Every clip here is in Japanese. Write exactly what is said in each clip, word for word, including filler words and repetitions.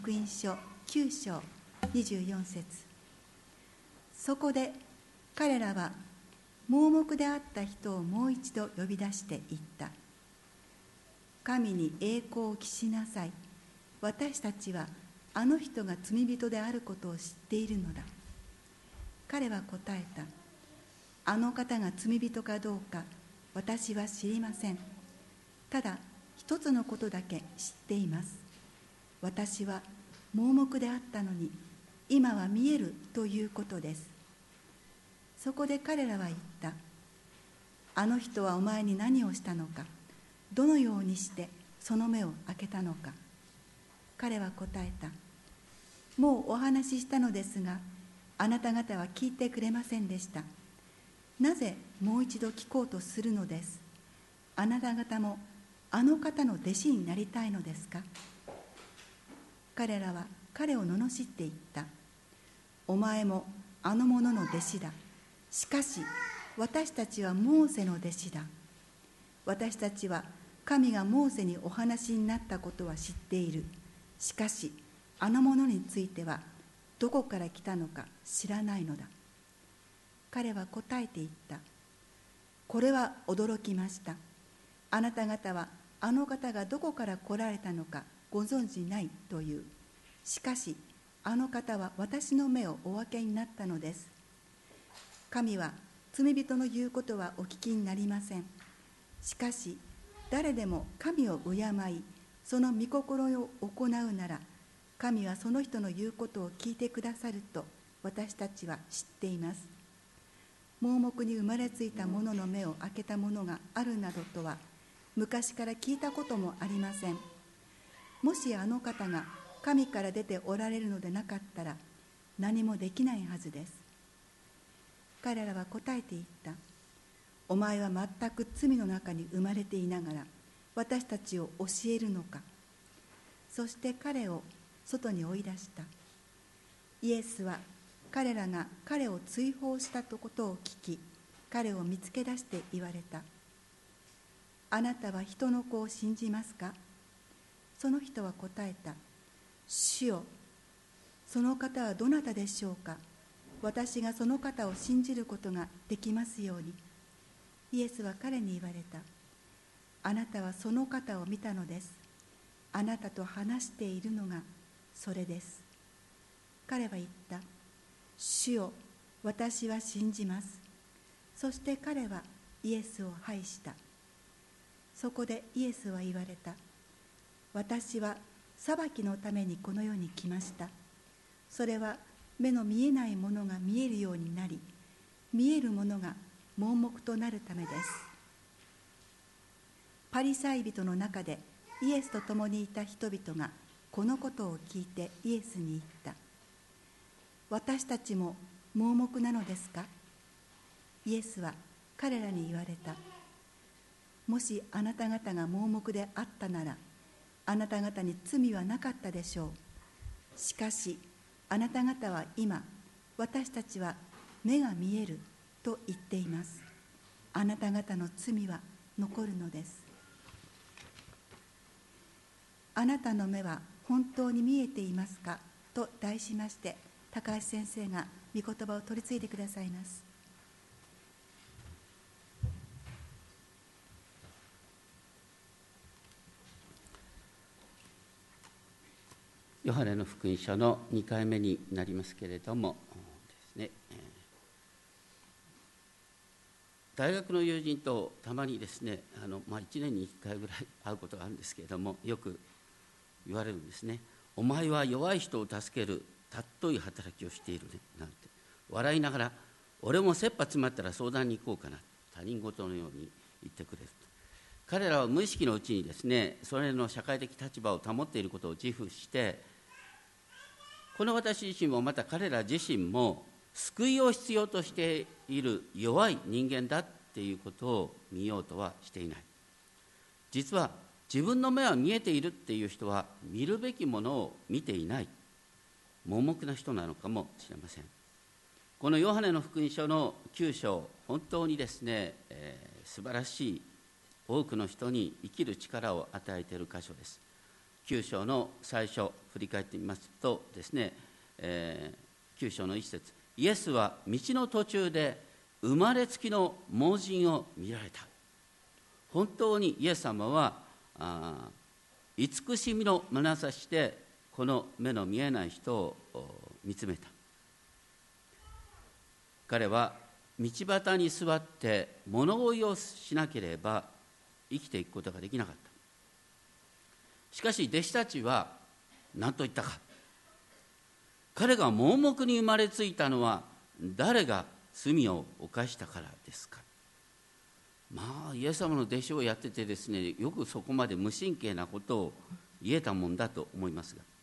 福音書きゅう章にじゅうよん節。そこで彼らは盲目であった人をもう一度呼び出して言った。神に栄光を期しなさい。私たちはあの人が罪人であることを知っているのだ。彼は答えた。あの方が罪人かどうか私は知りません。ただ一つのことだけ知っています。私は盲目であったのに今は見えるということです。そこで彼らは言った。あの人はお前に何をしたのか、どのようにしてその目を開けたのか。彼は答えた。もうお話ししたのですが、あなた方は聞いてくれませんでした。なぜもう一度聞こうとするのです。あなた方もあの方の弟子になりたいのですか。彼らは彼を罵って言った。お前もあの者の弟子だ。しかし私たちはモーセの弟子だ。私たちは神がモーセにお話になったことは知っている。しかしあの者についてはどこから来たのか知らないのだ。彼は答えて言った。これは驚きました。あなた方はあの方がどこから来られたのかご存じないという。しかしあの方は私の目をお分けになったのです。神は罪人の言うことはお聞きになりません。しかし誰でも神を敬い、その御心を行うなら、神はその人の言うことを聞いてくださると私たちは知っています。盲目に生まれついた者の目を開けたものがあるなどとは昔から聞いたこともありません。もしあの方が神から出ておられるのでなかったら何もできないはずです。彼らは答えて言った。お前は全く罪の中に生まれていながら私たちを教えるのか。そして彼を外に追い出した。イエスは彼らが彼を追放したことを聞き、彼を見つけ出して言われた。あなたは人の子を信じますか。その人は答えた。主よ、その方はどなたでしょうか。私がその方を信じることができますように。イエスは彼に言われた。あなたはその方を見たのです。あなたと話しているのがそれです。彼は言った。主よ、私は信じます。そして彼はイエスを拝した。そこでイエスは言われた。私は裁きのためにこの世に来ました。それは目の見えないものが見えるようになり、見えるものが盲目となるためです。パリサイ人の中でイエスと共にいた人々がこのことを聞いてイエスに言った。私たちも盲目なのですか。イエスは彼らに言われた。もしあなた方が盲目であったなら、あなた方に罪はなかったでしょう。しかしあなた方は今、私たちは目が見えると言っています。あなた方の罪は残るのです。あなたの目は本当に見えていますかと題しまして、高橋先生が御言葉を取り次いでくださいます。 ヨハネの福音書のにかいめになりますけれどもですね、大学の友人とたまにですね、あの、まあ、いちねんにいっかいぐらい会うことがあるんですけれども、よく言われるんですね。お前は弱い人を助ける尊い働きをしているねなんて笑いながら、俺も切羽詰まったら相談に行こうかな、他人事のように言ってくれると。彼らは無意識のうちにですね、それの社会的立場を保っていることを自負して、この私自身もまた彼ら自身も救いを必要としている弱い人間だっていうことを見ようとはしていない。実は自分の目は見えているっていう人は見るべきものを見ていない盲目な人なのかもしれません。このヨハネの福音書のきゅう章、本当にですね、えー、素晴らしい多くの人に生きる力を与えている箇所です。 きゅう章の最初振り返ってみますとですね、えー、きゅう章の一節、イエスは道の途中で生まれつきの盲人を見られた。本当にイエス様はあ慈しみの眼差しでこの目の見えない人を見つめた。彼は道端に座って物乞いをしなければ生きていくことができなかった。しかし弟子たちは何と言ったか。彼が盲目に生まれついたのは誰が罪を犯したからですか。まあイエス様の弟子をやっててですね、よくそこまで無神経なことを言えたもんだと思いますが、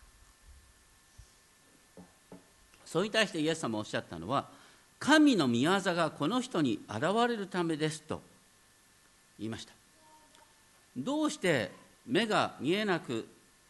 それに対してイエス様がおっしゃったのは、神の御業がこの人に現れるためですと言いました。どうして目が見えなく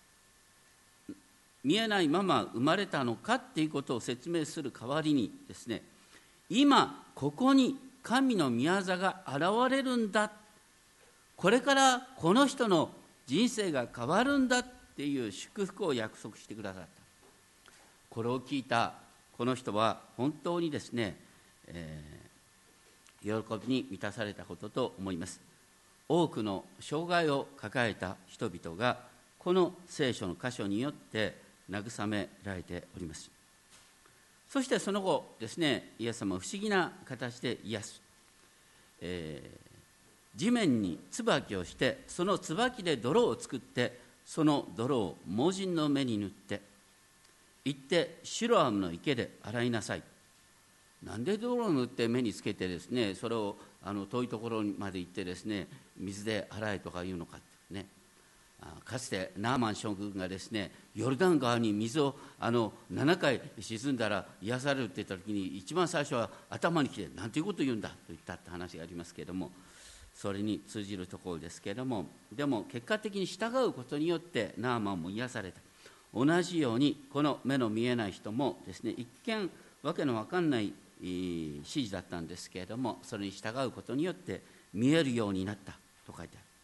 見えないまま生まれたのかっていうことを説明する代わりにですね、今ここに神の御業が現れるんだ、これからこの人の人生が変わるんだっていう祝福を約束してくださった。これを聞いたこの人は本当にですね、えー、喜びに満たされたことと思います。多くの障害を抱えた人々がこの聖書の箇所によって慰められております。そしてその後ですね、イエス様は不思議な形で癒す、えー、地面に椿をしてその椿で泥を作ってその泥を盲人の目に塗って行ってシロアムの池で洗いなさい。なんで泥を塗って目につけてですね、それをあの遠いところまで行ってですね水で洗えとかいうのかってね。かつてナーマン将軍がですねヨルダン川に水をあのななかい沈んだら癒されるって言った時に一番最初は頭にきてなんていうことを言うんだと言ったって話がありますけれども、それに通じるところですけれども、でも結果的に従うことによってナーマンも癒された。同じようにこの目の見えない人もですね、一見わけのわかんない指示だったんですけれども、それに従うことによって見えるようになったと書いてある。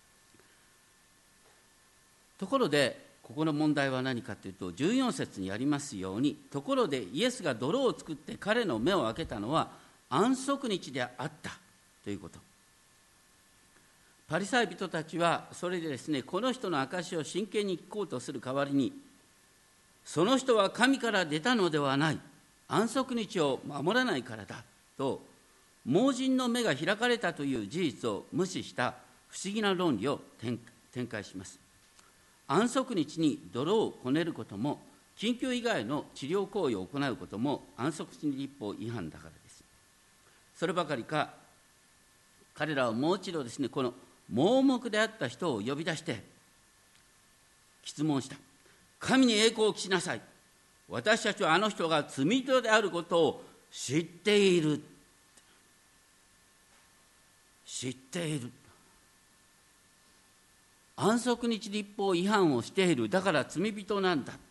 ところでここの問題は何かというと、じゅうよん節にありますように、ところでイエスが泥を作って彼の目を開けたのは安息日であったということ。パリサイ人たちはそれでですね、この人の証を真剣に聞こうとする代わりに、その人は神から出たのではない、安息日を守らないからだと盲人の目が開かれたという事実を無視した不思議な論理を展開します。安息日に泥をこねることも緊急以外の治療行為を行うことも安息日立法違反だからです。そればかりか、彼らはもう一度ですね、この盲目であった人を呼び出して質問した。神に栄光を期しなさい。私たちはあの人が罪人であることを知っている。知っている。安息日立法違反をしている。だから罪人なんだ。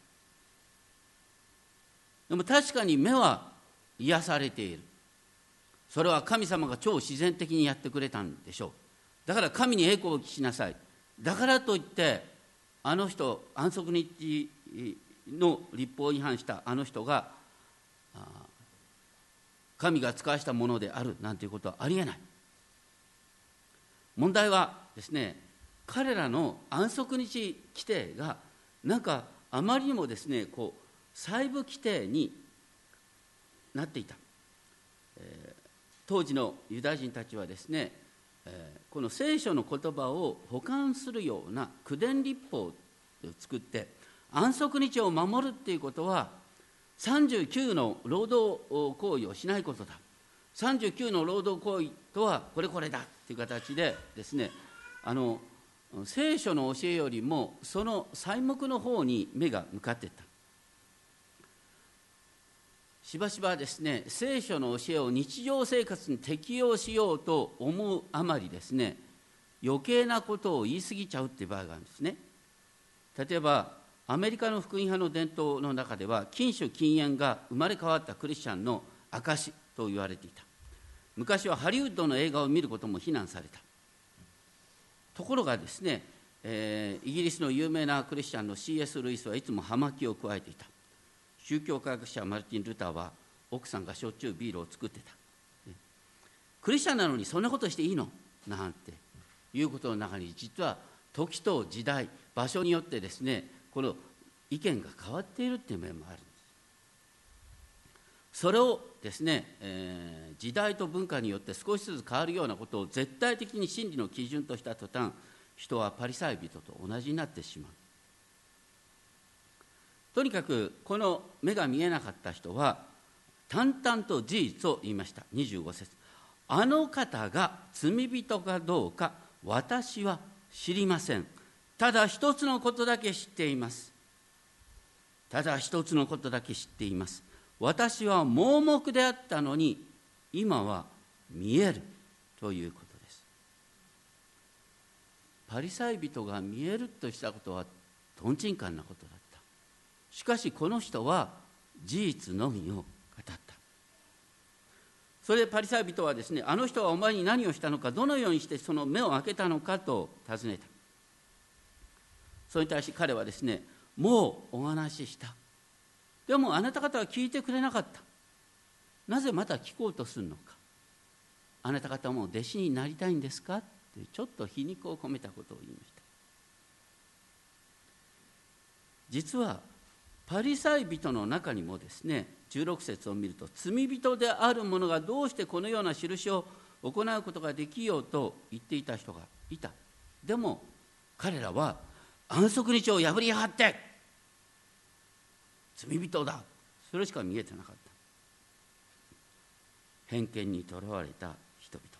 でも確かに目は癒されている。それは神様が超自然的にやってくれたんでしょう。だから神に栄光を期しなさい。だからといってあの人、安息日の立法違反したあの人が神が使わしたものであるなんていうことはありえない。問題はですね、彼らの安息日規定がなんかあまりにもですね、こう細部規定になっていた。えー、当時のユダヤ人たちはですね、えー、この聖書の言葉を補完するような句伝立法を作って安息日を守るっていうことはさんじゅうきゅうの労働行為をしないことだ。さんじゅうきゅうの労働行為とはこれこれだっていう形でですね、あの聖書の教えよりもその細目の方に目が向かっていった。しばしばですね、聖書の教えを日常生活に適用しようと思うあまりですね、余計なことを言い過ぎちゃうっていう場合があるんですね。例えばアメリカの福音派の伝統の中では、禁酒禁煙が生まれ変わったクリスチャンの証と言われていた。昔はハリウッドの映画を見ることも非難された。ところがですね、 えー、イギリスの有名なクリスチャンの シーエス ルイスはいつも葉巻を加えていた。宗教科学者マルティン・ルターは奥さんがしょっちゅうビールを作ってた。クリスチャンなのにそんなことしていいのなんていうことの中に、実は時と時代場所によってですね、この意見が変わっているという面もあるんです。それをですね、えー、時代と文化によって少しずつ変わるようなことを絶対的に真理の基準とした途端、人はパリサイ人と同じになってしまう。とにかくこの目が見えなかった人は淡々と事実を言いました。にじゅうご節、あの方が罪人かどうか私は知りません。ただ一つのことだけ知っています。ただ一つのことだけ知っています。私は盲目であったのに今は見えるということです。パリサイ人が見えるとしたことはとんちんかんなことだった。しかしこの人は事実のみを語った。それでパリサイ人はですね、あの人はお前に何をしたのか、どのようにしてその目を開けたのかと尋ねた。それに対し彼はですね、もうお話しした。でもあなた方は聞いてくれなかった。なぜまた聞こうとするのか。あなた方も弟子になりたいんですかってちょっと皮肉を込めたことを言いました。実はパリサイ人の中にもですね、じゅうろく節を見ると、罪人である者がどうしてこのような印を行うことができようと言っていた人がいた。でも彼らは安息日を破りやがって罪人だ、それしか見えてなかった。偏見にとらわれた人々。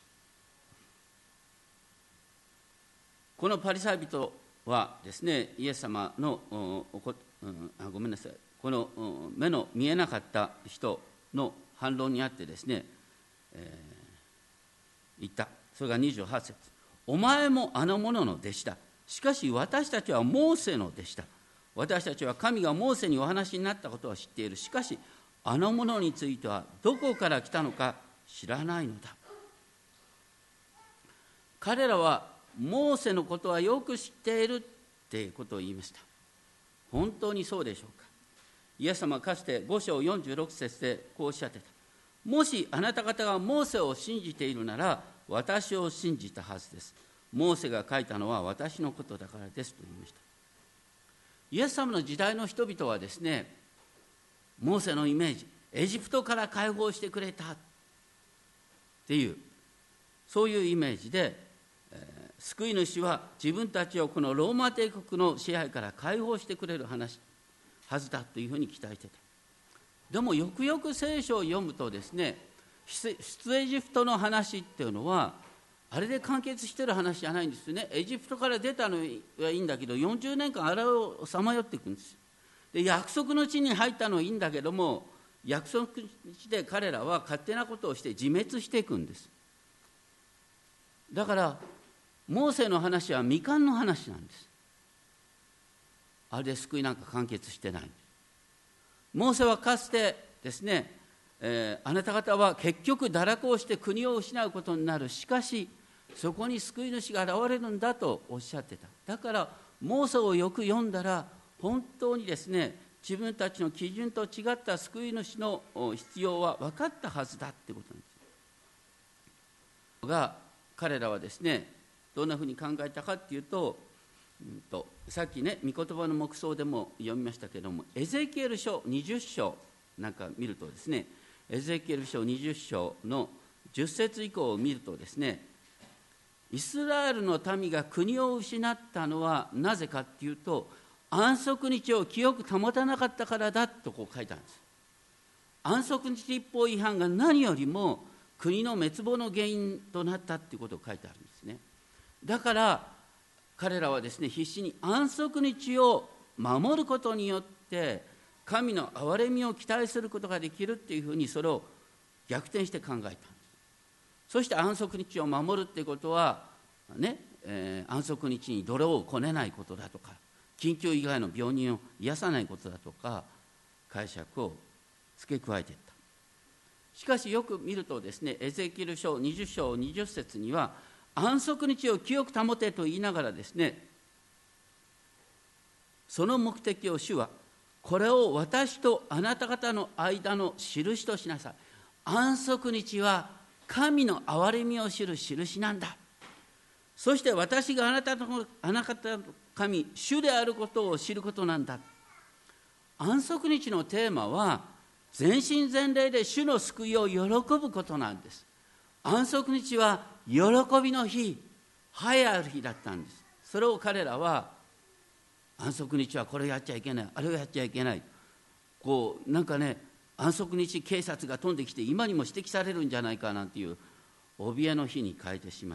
このパリサイ人はですね、イエス様のおこ、うん、あごめんなさいこの目の見えなかった人の反論にあってですね、えー、言った。それがにじゅうはち節、お前もあの者の弟子だ。しかし私たちはモーセの弟子だ。私たちは神がモーセにお話になったことは知っている。しかしあの者についてはどこから来たのか知らないのだ。彼らはモーセのことはよく知っているっていうことを言いました。本当にそうでしょうか。イエス様はかつてご章よんじゅうろく節でこうおっしゃってた。もしあなた方がモーセを信じているなら私を信じたはずです。モーセが書いたのは私のことだからですと言いました。イエス様の時代の人々はですね、モーセのイメージ、エジプトから解放してくれたっていう、そういうイメージで、えー、救い主は自分たちをこのローマ帝国の支配から解放してくれる話はずだというふうに期待してた。でもよくよく聖書を読むとですね、出エジプトの話っていうのはあれで完結してる話じゃないんですよね。エジプトから出たのはいいんだけど、よんじゅうねんかんあれをさまよっていくんです。で約束の地に入ったのはいいんだけども、約束の地で彼らは勝手なことをして自滅していくんです。だからモーセの話は未完の話なんです。あれで救いなんか完結してない。モーセはかつてですね、えー、あなた方は結局堕落をして国を失うことになる。しかしそこに救い主が現れるんだとおっしゃってた。だからモーセをよく読んだら本当にですね、自分たちの基準と違った救い主の必要は分かったはずだってことなんです。が彼らはですね、どんなふうに考えたかっていうと、うんとさっきね、御言葉の黙想でも読みましたけれども、エゼキエル書にじゅっ章なんか見るとですね、エゼキエル書にじゅっ章のじゅっ節以降を見るとですね、イスラエルの民が国を失ったのはなぜかっていうと、安息日を清く保たなかったからだとこう書いてあるんです。安息日立法違反が何よりも国の滅亡の原因となったっていうことを書いてあるんですね。だから彼らはですね、必死に安息日を守ることによって神の憐れみを期待することができるっていうふうに、それを逆転して考えたんです。そして安息日を守るっていうことはね、えー、安息日に泥をこねないことだとか、緊急以外の病人を癒さないことだとか解釈を付け加えていった。しかしよく見るとですね、エゼキエル書にじゅっ章にじゅっ節には安息日を清く保てと言いながらですね、 その目的を主は、これを私とあなた方の間の印としなさい。安息日は神の憐れみを知る印なんだ。そして私があなたのあなた方の神、主であることを知ることなんだ。安息日のテーマは、全身全霊で主の救いを喜ぶことなんです。安息日は喜びの日、栄えある日だったんです。それを彼らは、安息日はこれやっちゃいけない、あれをやっちゃいけない、こうなんかね、安息日警察が飛んできて今にも指摘されるんじゃないかなんていう怯えの日に変えてしまった。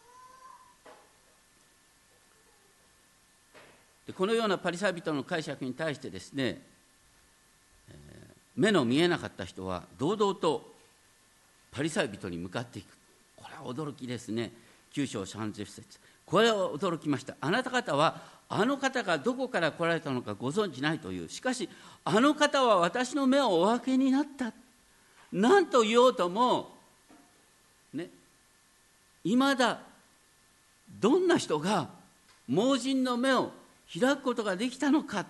でこのようなパリサイ人の解釈に対してですね、えー、目の見えなかった人は堂々とパリサイ人に向かっていく。これは驚きですね。きゅう章さんじゅっ節、これは驚きました。あなた方はあの方がどこから来られたのかご存じないという。しかしあの方は私の目をお分けになった。何と言おうともね、いまだどんな人が盲人の目を開くことができたのか。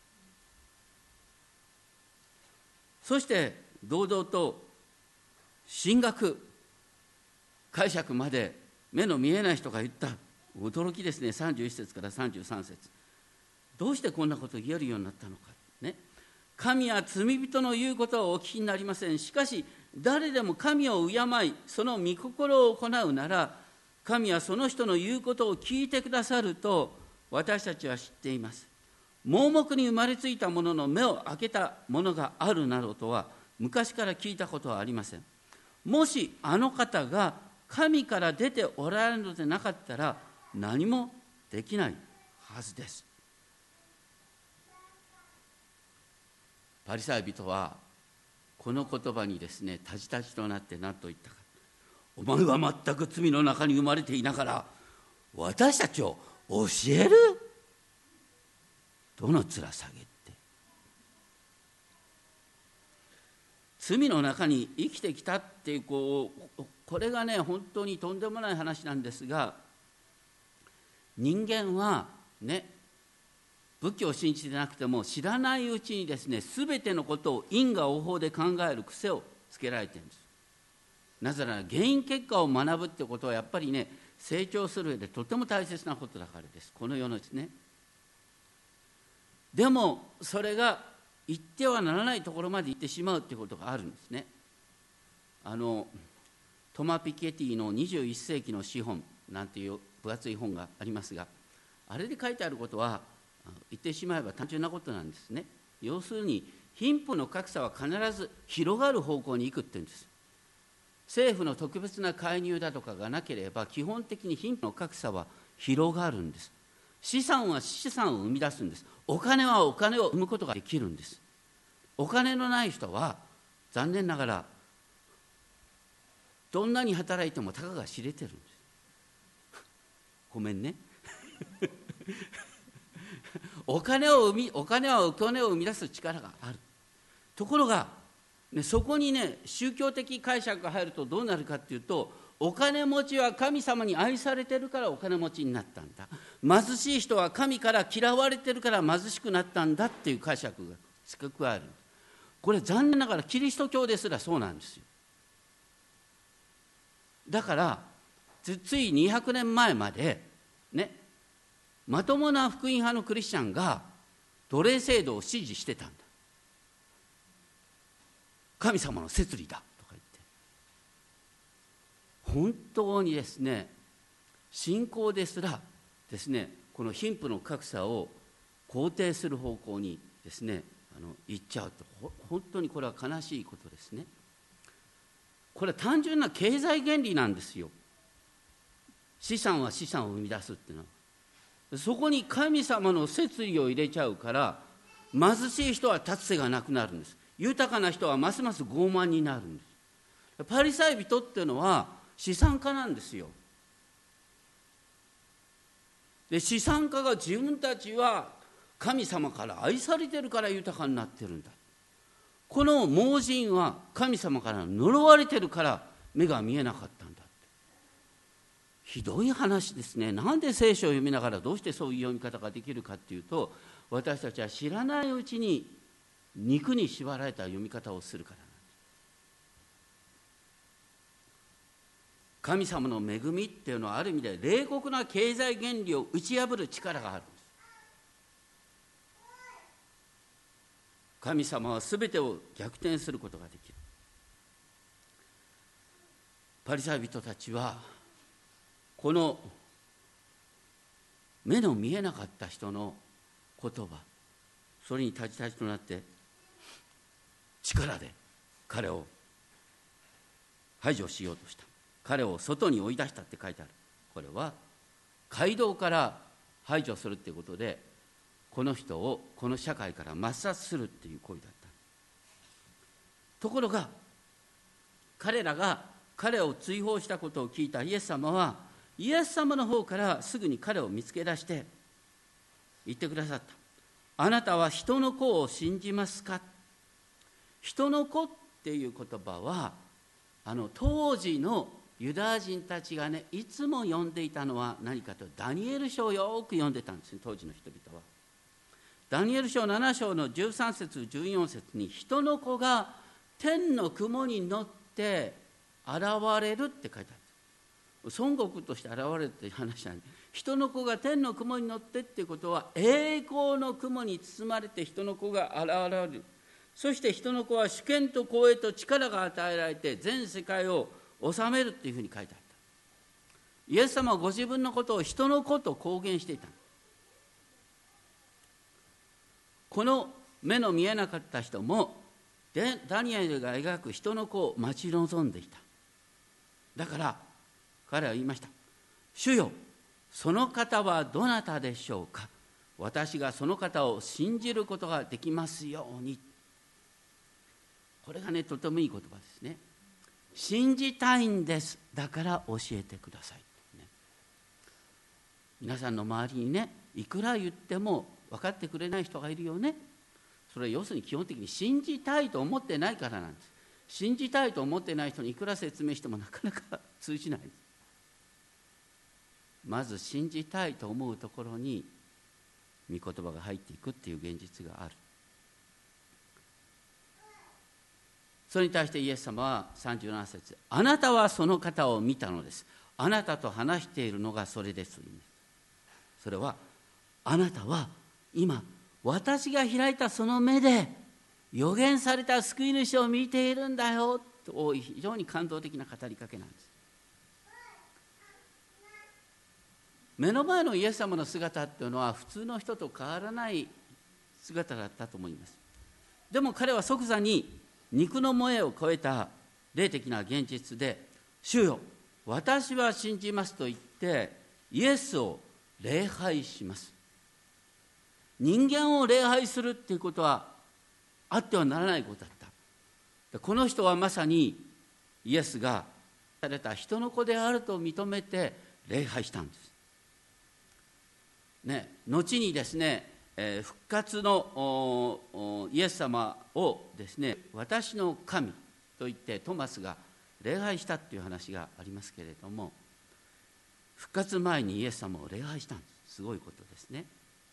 そして堂々と神学解釈まで目の見えない人が言った。驚きですね。さんじゅういち節からさんじゅうさん節、どうしてこんなことを言えるようになったのか、ね、神は罪人の言うことはお聞きになりません。しかし誰でも神を敬いその御心を行うなら、神はその人の言うことを聞いてくださると私たちは知っています。盲目に生まれついた者の目を開けたものがあるなどとは昔から聞いたことはありません。もしあの方が神から出ておられるのでなかったら何もできないはずです。パリサイ人はこの言葉にですね、たじたじとなって何と言ったか。お前は全く罪の中に生まれていながら私たちを教える。どの面下げって。罪の中に生きてきたっていうこうこれがね本当にとんでもない話なんですが、人間はね仏教を信じてなくても知らないうちにですね、すべてのことを因果応報で考える癖をつけられているんです。なぜなら原因結果を学ぶってことはやっぱりね成長する上でとても大切なことだからです。この世のですね。でもそれが言ってはならないところまで行ってしまうということがあるんですね。あのトマ・ピケティのにじゅういっ世紀の資本なんていう分厚い本がありますが、あれで書いてあることは言ってしまえば単純なことなんですね。要するに貧富の格差は必ず広がる方向に行くって言うんです。政府の特別な介入だとかがなければ基本的に貧富の格差は広がるんです。資産は資産を生み出すんです。お金はお金を生むことができるんです。お金のない人は残念ながらどんなに働いてもたかが知れてるんです。ごめんねお金を生みお金はお金を生み出す力がある。ところが、ね、そこにね宗教的解釈が入るとどうなるかっていうと、お金持ちは神様に愛されてるからお金持ちになったんだ、貧しい人は神から嫌われてるから貧しくなったんだっていう解釈が付け加える。これ残念ながらキリスト教ですらそうなんですよ。だからついにひゃくねんまえまでね、まともな福音派のクリスチャンが奴隷制度を支持してたんだ。神様の摂理だとか言って、本当にですね信仰ですらですねこの貧富の格差を肯定する方向にですねあの行っちゃうと、本当にこれは悲しいことですね。これは単純な経済原理なんですよ。資産は資産を生み出すっていうのは、そこに神様の摂理を入れちゃうから貧しい人は立つ瀬がなくなるんです。豊かな人はますます傲慢になるんです。パリサイ人っていうのは資産家なんですよ。で資産家が自分たちは神様から愛されてるから豊かになってるんだ。この盲人は神様から呪われてるから目が見えなかったんだ。ひどい話ですね。なんで聖書を読みながらどうしてそういう読み方ができるかっていうと、 私たちは知らないうちに肉に縛られた読み方をするからなんです。神様の恵みっていうのはある意味で冷酷な経済原理を打ち破る力があるんです。神様はすべてを逆転することができる。パリサイ人たちはこの目の見えなかった人の言葉、それにたじたじとなって力で彼を排除しようとした。彼を外に追い出したって書いてある。これは街道から排除するっていうことで、この人をこの社会から抹殺するっていう行為だった。ところが彼らが彼を追放したことを聞いたイエス様は、イエス様の方からすぐに彼を見つけ出して言ってくださった。あなたは人の子を信じますか。人の子っていう言葉は、あの当時のユダヤ人たちがね、いつも読んでいたのは何かと、ダニエル書をよく読んでたんですね、当時の人々は。ダニエル書なな章のじゅうさん節じゅうよん節に、人の子が天の雲に乗って現れるって書いてある。孫悟空として現れるっていう話なんで、人の子が天の雲に乗ってっていうことは、栄光の雲に包まれて人の子が現れる。そして人の子は主権と光栄と力が与えられて全世界を治めるっていうふうに書いてあった。イエス様はご自分のことを人の子と公言していた。この目の見えなかった人もダニエルが描く人の子を待ち望んでいた。だから彼は言いました。主よ、その方はどなたでしょうか。私がその方を信じることができますように。これがね、とてもいい言葉ですね。信じたいんです。だから教えてください、ね。皆さんの周りにね、いくら言っても分かってくれない人がいるよね。それは要するに基本的に信じたいと思ってないからなんです。信じたいと思ってない人にいくら説明してもなかなか通じないです。まず信じたいと思うところに御言葉が入っていくっていう現実がある。それに対してイエス様はさんじゅうなな節、あなたはその方を見たのです。あなたと話しているのがそれです。それは、あなたは今私が開いたその目で予言された救い主を見ているんだよと、非常に感動的な語りかけなんです。目の前のイエス様の姿っていうのは普通の人と変わらない姿だったと思います。でも彼は即座に肉の萌えを超えた霊的な現実で、主よ、私は信じますと言ってイエスを礼拝します。人間を礼拝するっていうことはあってはならないことだった。この人はまさにイエスがされた人の子であると認めて礼拝したんです。ね、後にですね、えー、復活のイエス様をですね、私の神と言ってトマスが礼拝したっていう話がありますけれども、復活前にイエス様を礼拝したんです。すごいことですね。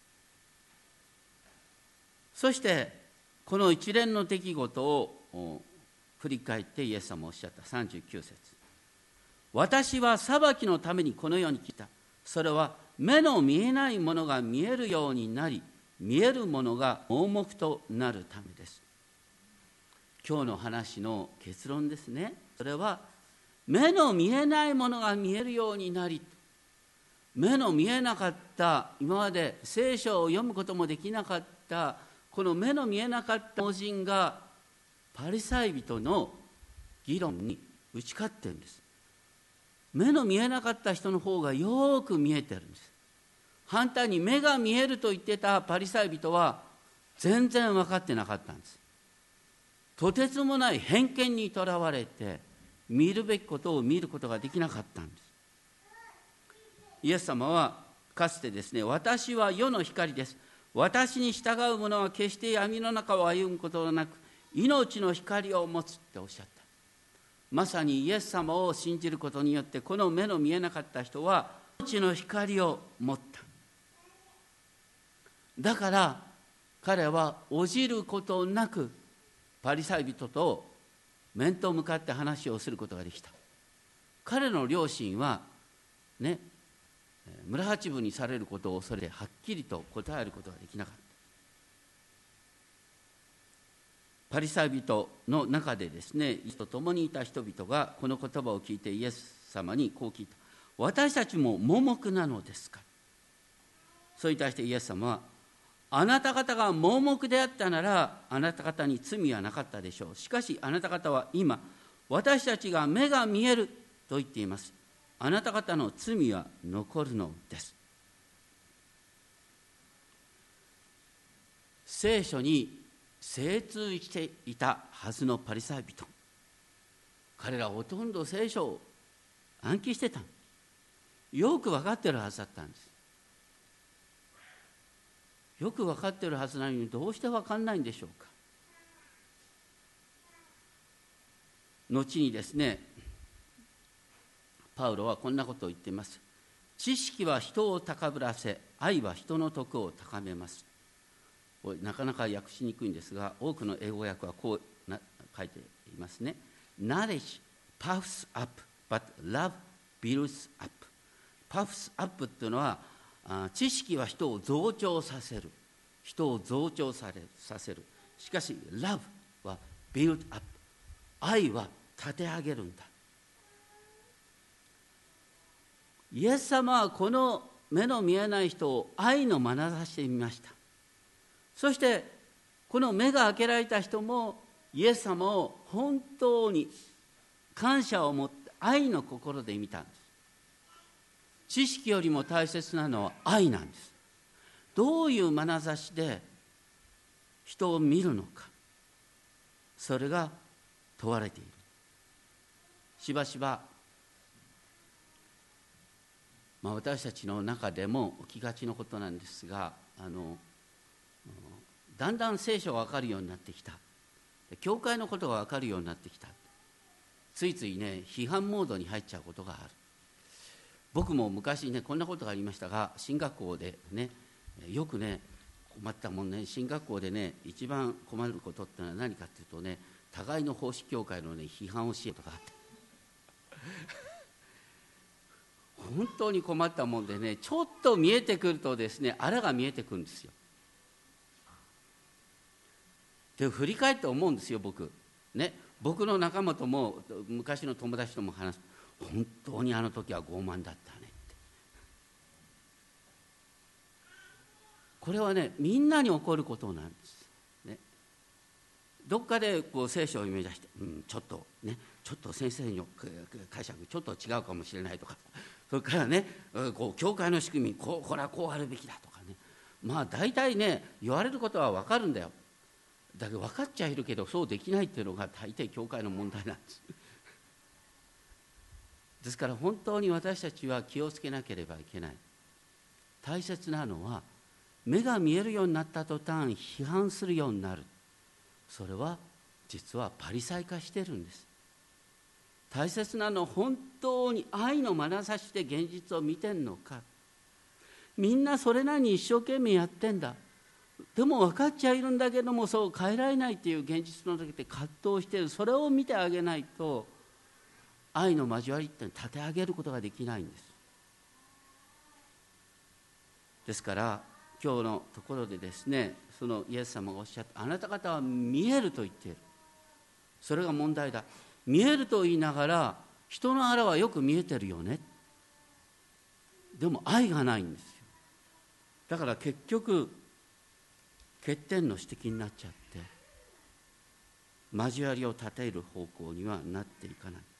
そしてこの一連の出来事を振り返ってイエス様おっしゃったさんじゅうきゅう節、私は裁きのためにこの世に来た。それは目の見えないものが見えるようになり、見えるものが盲目となるためです。今日の話の結論ですね。それは目の見えないものが見えるようになり、目の見えなかった、今まで聖書を読むこともできなかったこの目の見えなかった盲人がパリサイ人の議論に打ち勝ってるんです。目の見えなかった人の方がよく見えてるんです。反対に目が見えると言ってたパリサイ人は全然分かってなかったんです。とてつもない偏見にとらわれて見るべきことを見ることができなかったんです。イエス様はかつてですね、私は世の光です。私に従う者は決して闇の中を歩むことなく命の光を持つっておっしゃった。まさにイエス様を信じることによってこの目の見えなかった人は命の光を持った。だから彼はおじることなくパリサイ人と面と向かって話をすることができた。彼の両親はね、村八分にされることを恐れてはっきりと答えることができなかった。パリサイ人の中でですね、イエスと共にいた人々がこの言葉を聞いてイエス様にこう聞いた。私たちも盲目なのですか。それに対してイエス様は、あなた方が盲目であったならあなた方に罪はなかったでしょう。しかしあなた方は今私たちが目が見えると言っています。あなた方の罪は残るのです。聖書に精通していたはずのパリサイ人、彼らはほとんど聖書を暗記してた。よく分かってるはずだったんです。よく分かってるはずなのにどうして分かんないんでしょうか。後にですね、パウロはこんなことを言っています。知識は人を高ぶらせ、愛は人の徳を高めます。これなかなか訳しにくいんですが、多くの英語訳はこうな書いていますね。Knowledge puffs up, but love builds up。puffs up というのは、知識は人を増長させる。人を増長されさせる。しかし、love は build up。愛は立て上げるんだ。イエス様はこの目の見えない人を愛の眼差しで見ました。そしてこの目が開けられた人もイエス様を本当に感謝を持って愛の心で見たんです。知識よりも大切なのは愛なんです。どういう眼差しで人を見るのか、それが問われている。しばしばまあ、私たちの中でも起きがちのことなんですが、あのだんだん聖書が分かるようになってきた、教会のことが分かるようになってきた、ついついね批判モードに入っちゃうことがある。僕も昔ねこんなことがありましたが、進学校でねよくね困ったもんね、進学校でね一番困ることってのは何かっていうとね、互いの奉仕教会のね批判をしようとかあって本当に困ったもんでね、ちょっと見えてくるとですね、あらが見えてくるんですよ。で振り返って思うんですよ、僕ね。僕の仲間とも昔の友達とも話す。本当にあの時は傲慢だったねって。これはねみんなに起こることなんですね。どっかでこう聖書を読み出して、うん、ちょっとねちょっと先生の解釈ちょっと違うかもしれないとか、それからねこう教会の仕組みこうこれはこうあるべきだとかね、まあ大体ね言われることは分かるんだよ。だけど分かっちゃいるけどそうできないっていうのが大抵教会の問題なんですですから本当に私たちは気をつけなければいけない。大切なのは目が見えるようになった途端批判するようになる。それは実はパリサイ化してるんです。大切なのは本当に愛の眼差しで現実を見てんのか。みんなそれなりに一生懸命やってんだ、でも分かっちゃいるんだけどもそう変えられないっていう現実の時で葛藤している。それを見てあげないと愛の交わりって立て上げることができないんです。ですから今日のところでですね、そのイエス様がおっしゃった、あなた方は見えると言っている。それが問題だ。見えると言いながら人の腹はよく見えてるよね。でも愛がないんですよ。だから結局欠点の指摘になっちゃって交わりを立てる方向にはなっていかない。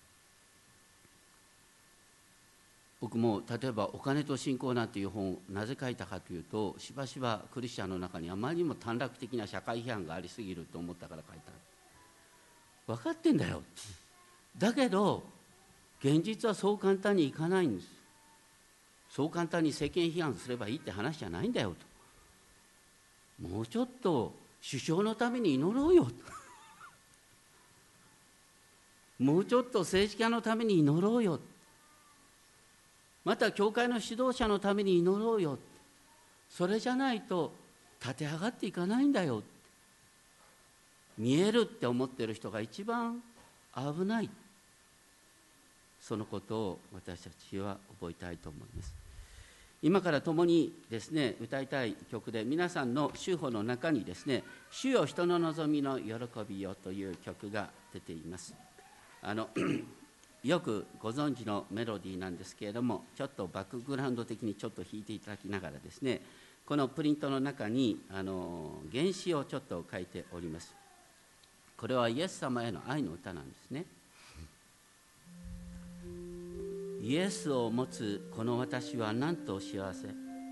僕も例えばお金と信仰なんていう本をなぜ書いたかというと、しばしばクリスチャンの中にあまりにも短絡的な社会批判がありすぎると思ったから書いた。分かってんだよ。だけど現実はそう簡単にいかないんです。そう簡単に世間批判すればいいって話じゃないんだよと。もうちょっと首相のために祈ろうよもうちょっと政治家のために祈ろうよ、また教会の指導者のために祈ろうよ。それじゃないと立て上がっていかないんだよ。見えるって思っている人が一番危ない。そのことを私たちは覚えたいと思います。今から共にですね、歌いたい曲で、皆さんの週報の中にですね、主よ人の望みの喜びよという曲が出ています。あのよくご存知のメロディーなんですけれども、ちょっとバックグラウンド的にちょっと弾いていただきながらですね、このプリントの中にあの原詩をちょっと書いております。これはイエス様への愛の歌なんですね。イエスを持つこの私はなんと幸せ、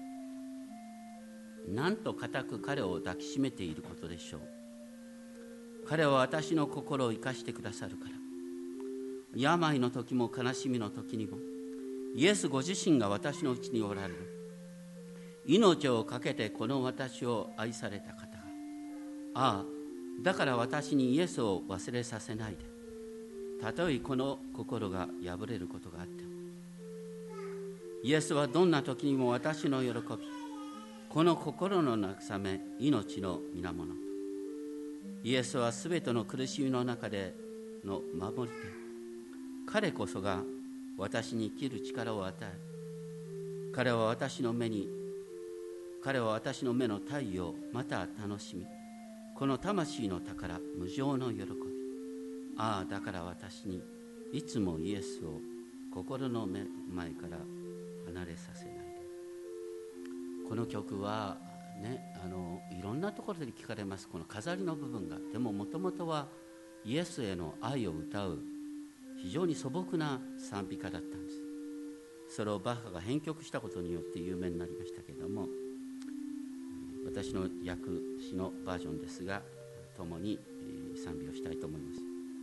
なんと固く彼を抱きしめていることでしょう。彼は私の心を生かしてくださるから、病の時も悲しみの時にもイエスご自身が私のうちにおられる。命を懸けてこの私を愛された方が、ああ、だから私にイエスを忘れさせないで。たとえこの心が破れることがあっても、イエスはどんな時にも私の喜び、この心の慰め、命の源。イエスはすべての苦しみの中での守り手。彼こそが私に生きる力を与え、彼は私の目に彼は私の目の太陽、また楽しみ、この魂の宝、無上の喜び。ああ、だから私にいつもイエスを心の前から離れさせないで。この曲はね、あのいろんなところで聞かれます。この飾りの部分が、でももともとはイエスへの愛を歌う非常に素朴な賛美歌だったんです。それをバッハが編曲したことによって有名になりましたけれども、私の訳詞のバージョンですが、共に賛美をしたいと思います。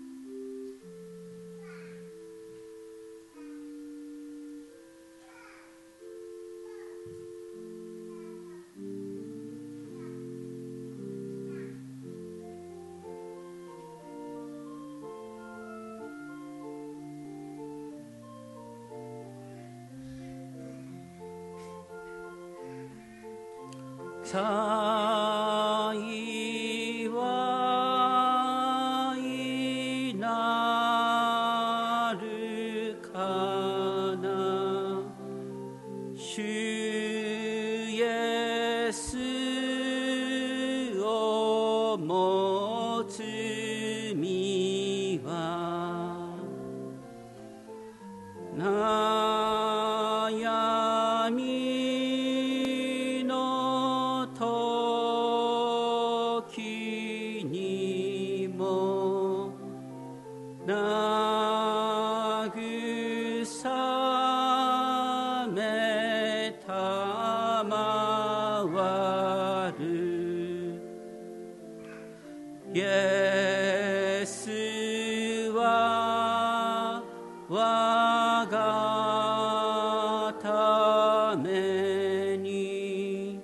幸いなるかな、主イエスを持つ身は、悩みの時にも慰めたまわる。イエスは我がために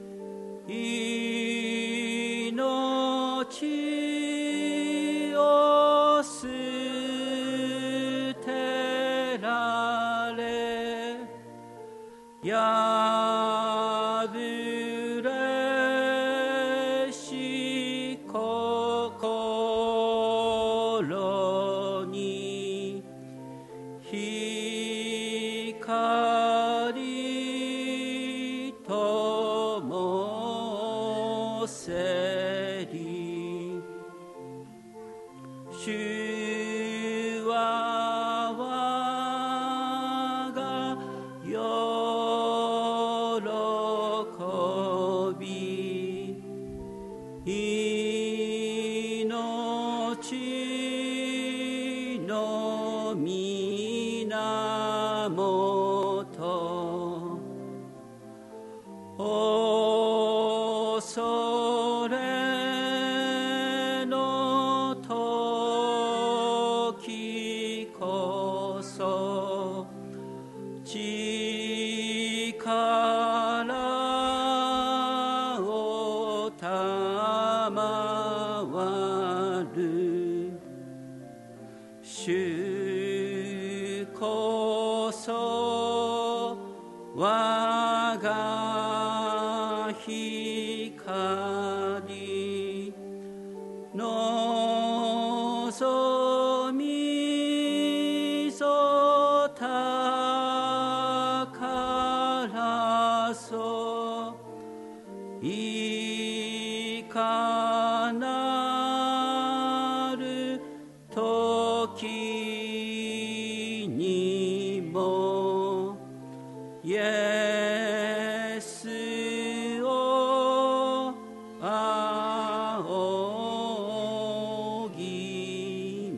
命を捨てられ、破れし心に光ともせり。主は我が喜び、命の源。恐れの時こそ力を賜る。主こそ我が光、 望みそたからそいかなる時にもイエスを仰ぎ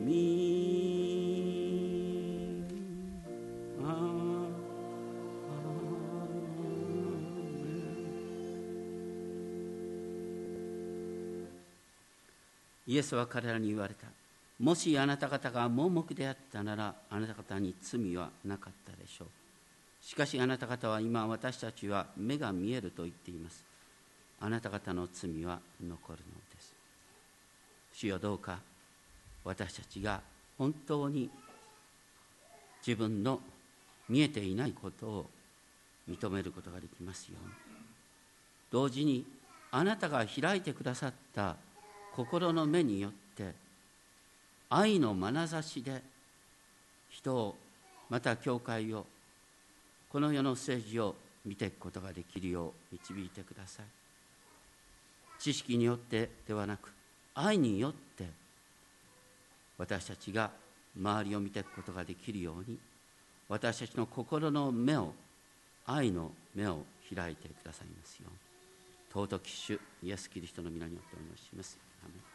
み。アーメン。イエスは彼らに言われた。もしあなた方が盲目であったなら、あなた方に罪はなかったでしょう。しかしあなた方は今、私たちは目が見えると言っています。あなた方の罪は残るのです。主よ、どうか私たちが本当に自分の見えていないことを認めることができますように。同時にあなたが開いてくださった心の目によって愛の眼差しで人を、また教会を、この世の政治を見ていくことができるよう導いてください。知識によってではなく、愛によって私たちが周りを見ていくことができるように、私たちの心の目を、愛の目を開いてくださいますように。尊き主イエスキリストの皆によってお願いします。アメン。